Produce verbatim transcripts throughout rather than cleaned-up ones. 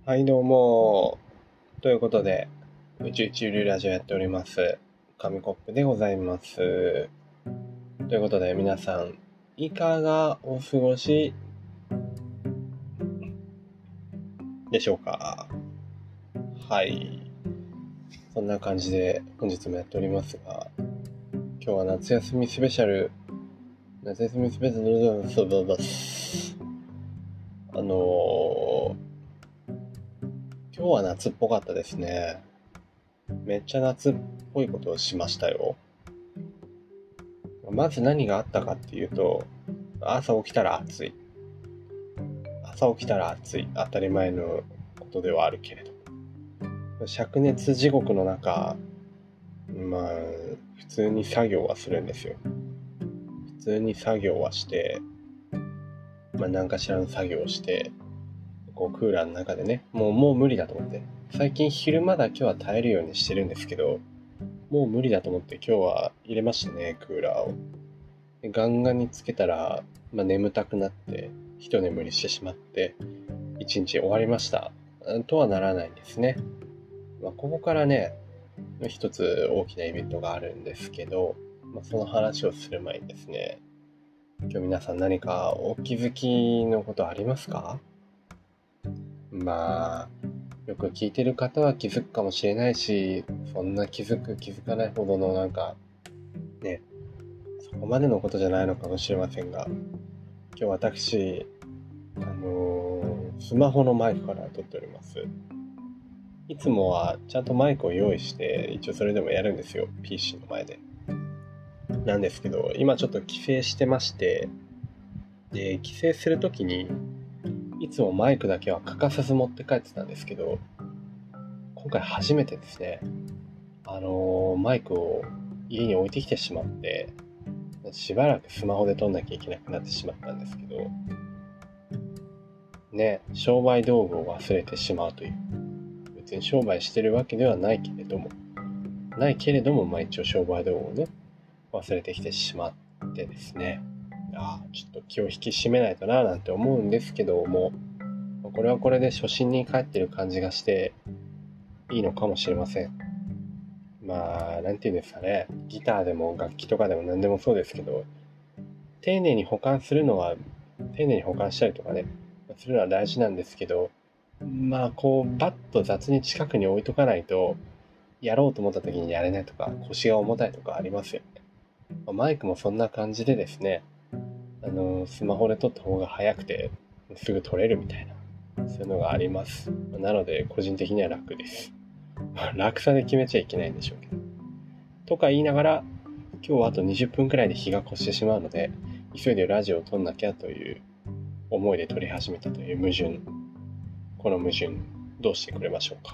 はいどうも。ということで、宇宙一流ラジオやっております。紙コップでございます。ということで皆さん、いかがお過ごしでしょうか？はい。そんな感じで本日もやっておりますが、今日は夏休みスペシャル、夏休みスペシャル、そうそうそうあのー、今日は夏っぽかったですね。めっちゃ夏っぽいことをしましたよ。まず何があったかっていうと、朝起きたら暑い。朝起きたら暑い。当たり前のことではあるけれど。灼熱地獄の中、まあ、普通に作業はするんですよ。普通に作業はして、まあ何かしらの作業をして、こうクーラーの中でね、もうもう無理だと思って。最近昼間だけは耐えるようにしてるんですけど、もう無理だと思って今日は入れましたね、クーラーを。でガンガンにつけたら、まあ、眠たくなって、一眠りしてしまって、一日終わりました。とはならないんですね。まあ、ここからね、一つ大きなイベントがあるんですけど、まあ、その話をする前にですね、今日皆さん何かお気づきのことありますか？まあ、よく聞いてる方は気づくかもしれないし、そんな気づく気づかないほどのなんか、ね、そこまでのことじゃないのかもしれませんが、今日私、あのースマホのマイクから撮っております。いつもはちゃんとマイクを用意して、一応それでもやるんですよ。ピーシー の前で。なんですけど、今ちょっと帰省してまして、で、帰省するときに、いつもマイクだけは欠かさず持って帰ってたんですけど、今回初めてですね、あのーマイクを家に置いてきてしまって、しばらくスマホで撮んなきゃいけなくなってしまったんですけど、ね、商売道具を忘れてしまうという。別に商売してるわけではないけれども、ないけれども、まあ一応商売道具をね、忘れてきてしまってですね。ああ、ちょっと気を引き締めないとななんて思うんですけども、これはこれで初心に帰ってる感じがしていいのかもしれません。まあ、なんていうんですかね。ギターでも楽器とかでも何でもそうですけど、丁寧に保管するのは、丁寧に保管したりとかね、するのは大事なんですけど、まあ、こう、バッと雑に近くに置いとかないと、やろうと思った時にやれないとか、腰が重たいとかありますよね。マイクもそんな感じでですね、あの、スマホで撮った方が早くて、すぐ撮れるみたいな、そういうのがあります。なので、個人的には楽です。楽さで決めちゃいけないんでしょうけど。とか言いながら、今日はあとにじゅっぷんくらいで日が越してしまうので、急いでラジオを撮んなきゃという思いで撮り始めたという矛盾。この矛盾、どうしてくれましょうか。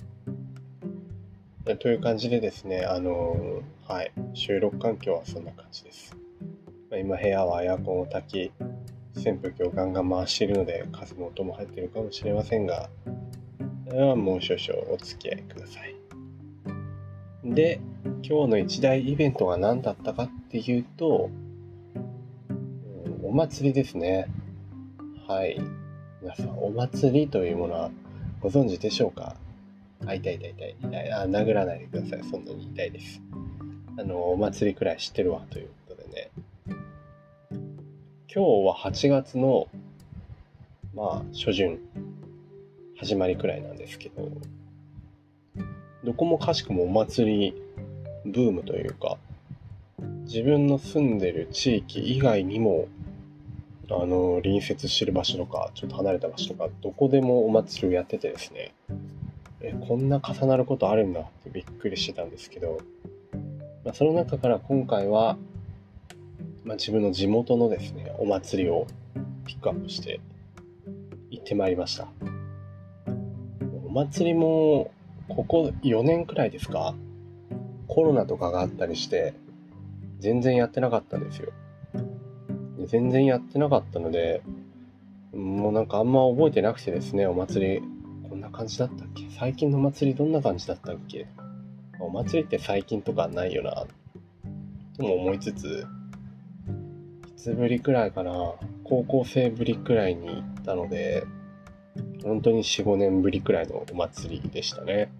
という感じでですね、あのーはい、収録環境はそんな感じです。まあ、今部屋はエアコンを焚き、扇風機をガンガン回しているので、風の音も入っているかもしれませんが、もう少々お付き合いください。で、今日の一大イベントが何だったかっていうと、お祭りですね。はい。皆さん、お祭りというものはご存知でしょうか？あ、痛い痛い痛い痛い。あ、殴らないでください。そんなに痛いです。あの、お祭りくらい知ってるわということでね。今日ははちがつの、まあ、初旬、始まりくらいなんですけど、どこもかしくもお祭りブームというか、自分の住んでる地域以外にも、あの、隣接してる場所とか、ちょっと離れた場所とか、どこでもお祭りをやっててですね、え、こんな重なることあるんだってびっくりしてたんですけど、まあ、その中から今回は、まあ、自分の地元のですね、お祭りをピックアップして行ってまいりました。お祭りも、ここよねんくらいですか？コロナとかがあったりして、全然やってなかったんですよ。で全然やってなかったので、もうなんかあんま覚えてなくてですね、お祭り、こんな感じだったっけ？最近のお祭りどんな感じだったっけ？お祭りって最近とかないよな、とも思いつつ、いつぶりくらいかな、高校生ぶりくらいに行ったので、 本当によん、ごねんぶりくらいのお祭りでしたね。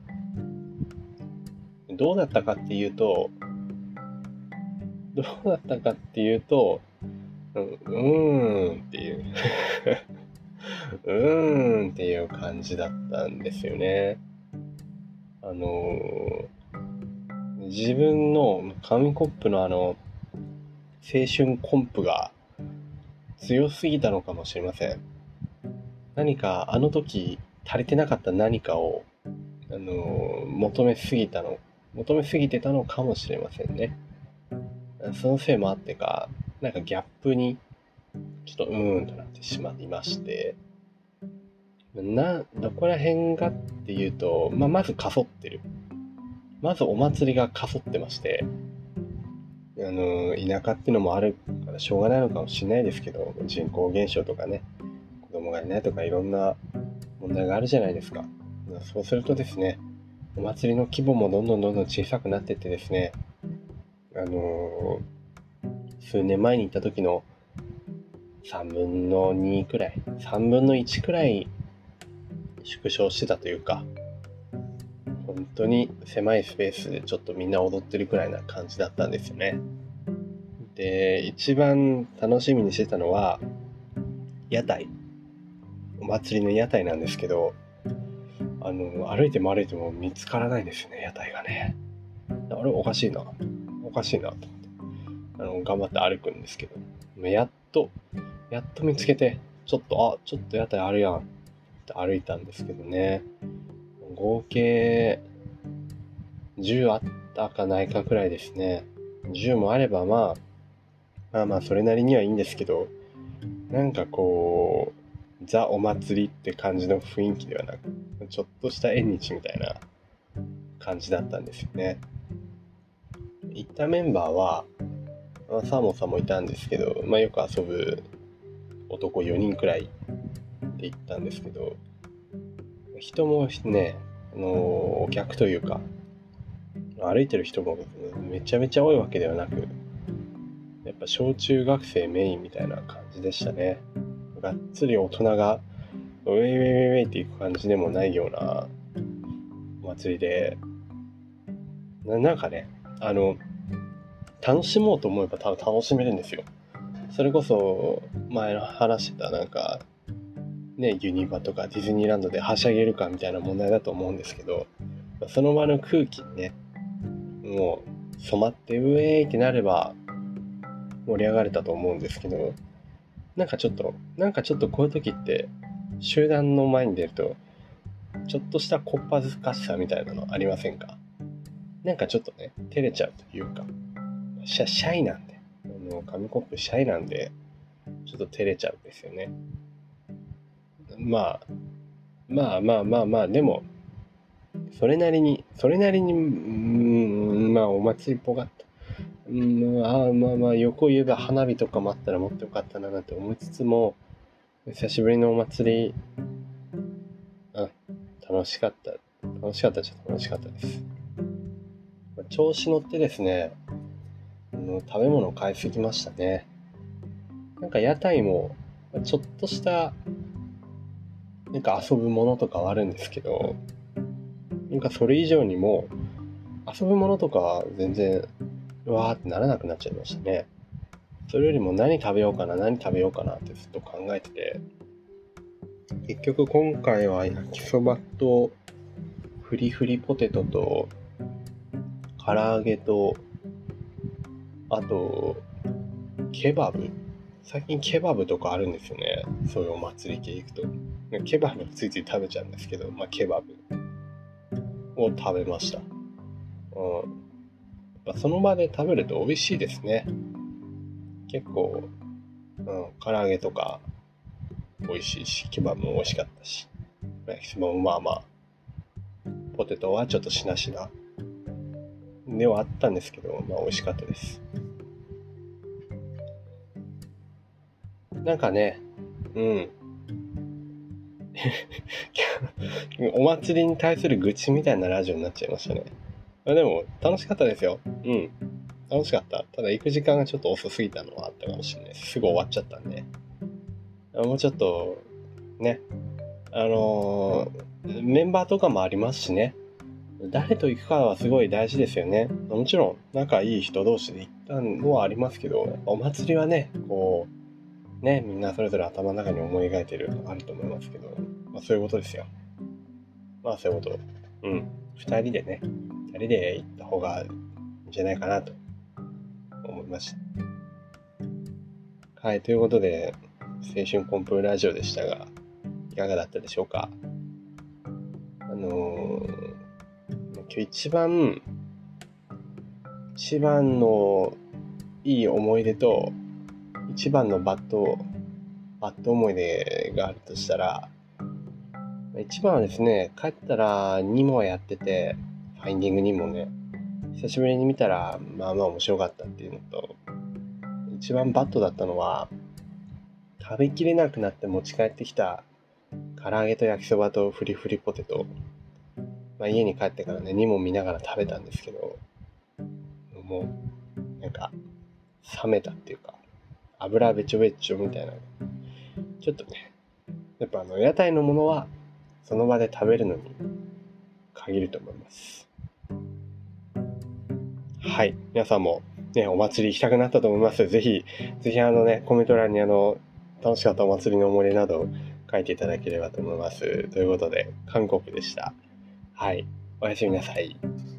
どうだったかっていうと、どうだったかっていうと、うーんっていう、うーんっていう感じだったんですよね。あのー、自分の紙コップのあの、青春コンプが強すぎたのかもしれません。何かあの時足りてなかった何かを、あのー求めすぎたの、求めすぎてたのかもしれませんね。そのせいもあってか、なんかギャップにちょっとうーんとなってしまいまして、な、どこら辺がっていうと、まあ、まずかそってる。まずお祭りがかそってまして、あのー田舎っていうのもあるからしょうがないのかもしれないですけど、人口減少とかね、子供がいないとかいろんな問題があるじゃないですか。そうするとですね、お祭りの規模もどんどんどんどん小さくなっていってですね、あのー、数年前に行った時のさんぶんのにくらい、さんぶんのいちくらい縮小してたというか、本当に狭いスペースでちょっとみんな踊ってるくらいな感じだったんですよね。で、一番楽しみにしてたのは、屋台。お祭りの屋台なんですけど、あの、歩いても歩いても見つからないんですよね、屋台がね。あれおかしいな。おかしいなと思って。あの、頑張って歩くんですけど、やっと、やっと見つけて、ちょっと、あ、ちょっと屋台あるやんって歩いたんですけどね。合計じゅうあったかないかくらいですね。じゅうもあればまあ、まあまあそれなりにはいいんですけど、なんかこう、ザお祭りって感じの雰囲気ではなく、ちょっとした縁日みたいな感じだったんですよね。行ったメンバーは、まあ、サーモンさんもいたんですけど、まあよく遊ぶ男よにんくらいで行ったんですけど、人もね、あのーお客というか、歩いてる人もめちゃめちゃ多いわけではなく、やっぱ小中学生メインみたいな感じでしたね。がっつり大人がウェイウェイウェイウェイっていく感じでもないようなお祭りで、ななんかね、あの、楽しもうと思えば多分楽しめるんですよ。それこそ前の話してたなんか、ね、ユニバとかディズニーランドではしゃげるかみたいな問題だと思うんですけど、その場の空気にね、もう染まってウェーイってなれば盛り上がれたと思うんですけど、なんかちょっと、なんかちょっとこういう時って集団の前に出るとちょっとしたこっぱずかしさみたいなのありませんか？なんかちょっとね、照れちゃうというか、シャシャイなんで、あの紙コップシャイなんで、ちょっと照れちゃうんですよね。まあ、まあまあまあまあ、でも、それなりに、それなりに、うーん、まあお祭りっぽかった。うん、ああまあまあ、横を言えば花火とかもあったらもっとよかったななんて思いつつも、久しぶりのお祭り、あ、楽しかった。楽しかったじゃ楽しかったです。調子乗ってですね、あの食べ物を買いすぎましたね。なんか屋台も、ちょっとした、なんか遊ぶものとかはあるんですけど、なんかそれ以上にも、遊ぶものとかは全然、うわーってならなくなっちゃいましたね。それよりも何食べようかな、何食べようかなってずっと考えてて、結局今回は焼きそばと、フリフリポテトと、唐揚げと、あと、ケバブ。最近ケバブとかあるんですよね。そういうお祭り系行くと。ケバブついつい食べちゃうんですけど、まあケバブを食べました。うん。やっぱその場で食べると美味しいですね。結構、うん、唐揚げとか美味しいし、ケバブも美味しかったし、焼きそばもまあまあ、ポテトはちょっとしなしなではあったんですけど、まあ美味しかったです。なんかね、うん。お祭りに対する愚痴みたいなラジオになっちゃいましたね。でも、楽しかったですよ。うん。楽しかった。ただ、行く時間がちょっと遅すぎたのはあったかもしれないです。すぐ終わっちゃったんで。もうちょっと、ね、 あのー、メンバーとかもありますしね。誰と行くかはすごい大事ですよね。もちろん仲いい人同士で行ったのはありますけど、お祭りはね、こう、ね、みんなそれぞれ頭の中に思い描いてるのがあると思いますけど、まあそういうことですよ。まあそういうこと。うん。二人でね、二人で行った方がいいんじゃないかなと思いました。はい、ということで、青春コンプラジオでしたが、いかがだったでしょうか。あのー、今日一番、一番のいい思い出と、一番のバッド、バッド思い出があるとしたら、一番はですね、帰ったらニモやってて、ファインディングニモね、久しぶりに見たら、まあまあ面白かったっていうのと、一番バッドだったのは、食べきれなくなって持ち帰ってきた唐揚げと焼きそばとフリフリポテト、まあ、家に帰ってからね、ニモ見ながら食べたんですけど、もう、なんか、冷めたっていうか、油べちょべちょみたいな。ちょっとね、やっぱあの、屋台のものは、その場で食べるのに限ると思います。はい。皆さんもね、お祭り行きたくなったと思います。ぜひ、ぜひあのね、コメント欄にあの、楽しかったお祭りの思い出など書いていただければと思います。ということで、韓国でした。はい。おやすみなさい。